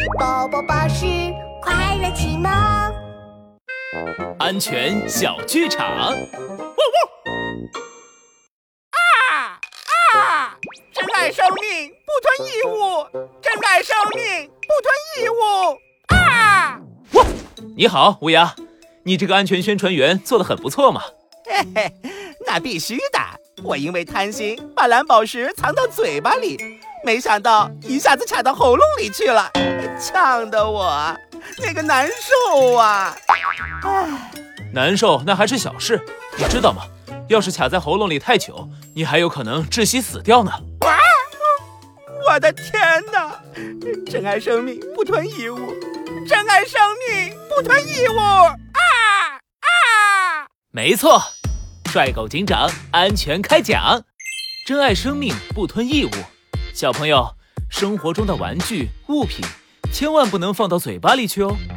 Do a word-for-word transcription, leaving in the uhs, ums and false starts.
宝宝巴士快乐启蒙。 安全小剧场。汪汪！ 啊啊！珍爱生命，不吞异物！珍爱生命，不吞异物！啊！ 哇！你好，乌鸦，你这个安全宣传员做得很不错嘛。 嘿嘿，那必须的。我因为贪心，把蓝宝石藏到嘴巴里，没想到一下子卡到喉咙里去了，呛得我那个难受啊！唉， 难受那还是小事，你知道吗？要是卡在喉咙里太久，你还有可能窒息死掉呢。 啊！我的天哪！珍爱生命，不吞异物！珍爱生命，不吞异物！啊啊！ 没错。帅狗警长安全开讲，珍爱生命，不吞异物。小朋友，生活中的玩具物品千万不能放到嘴巴里去哦。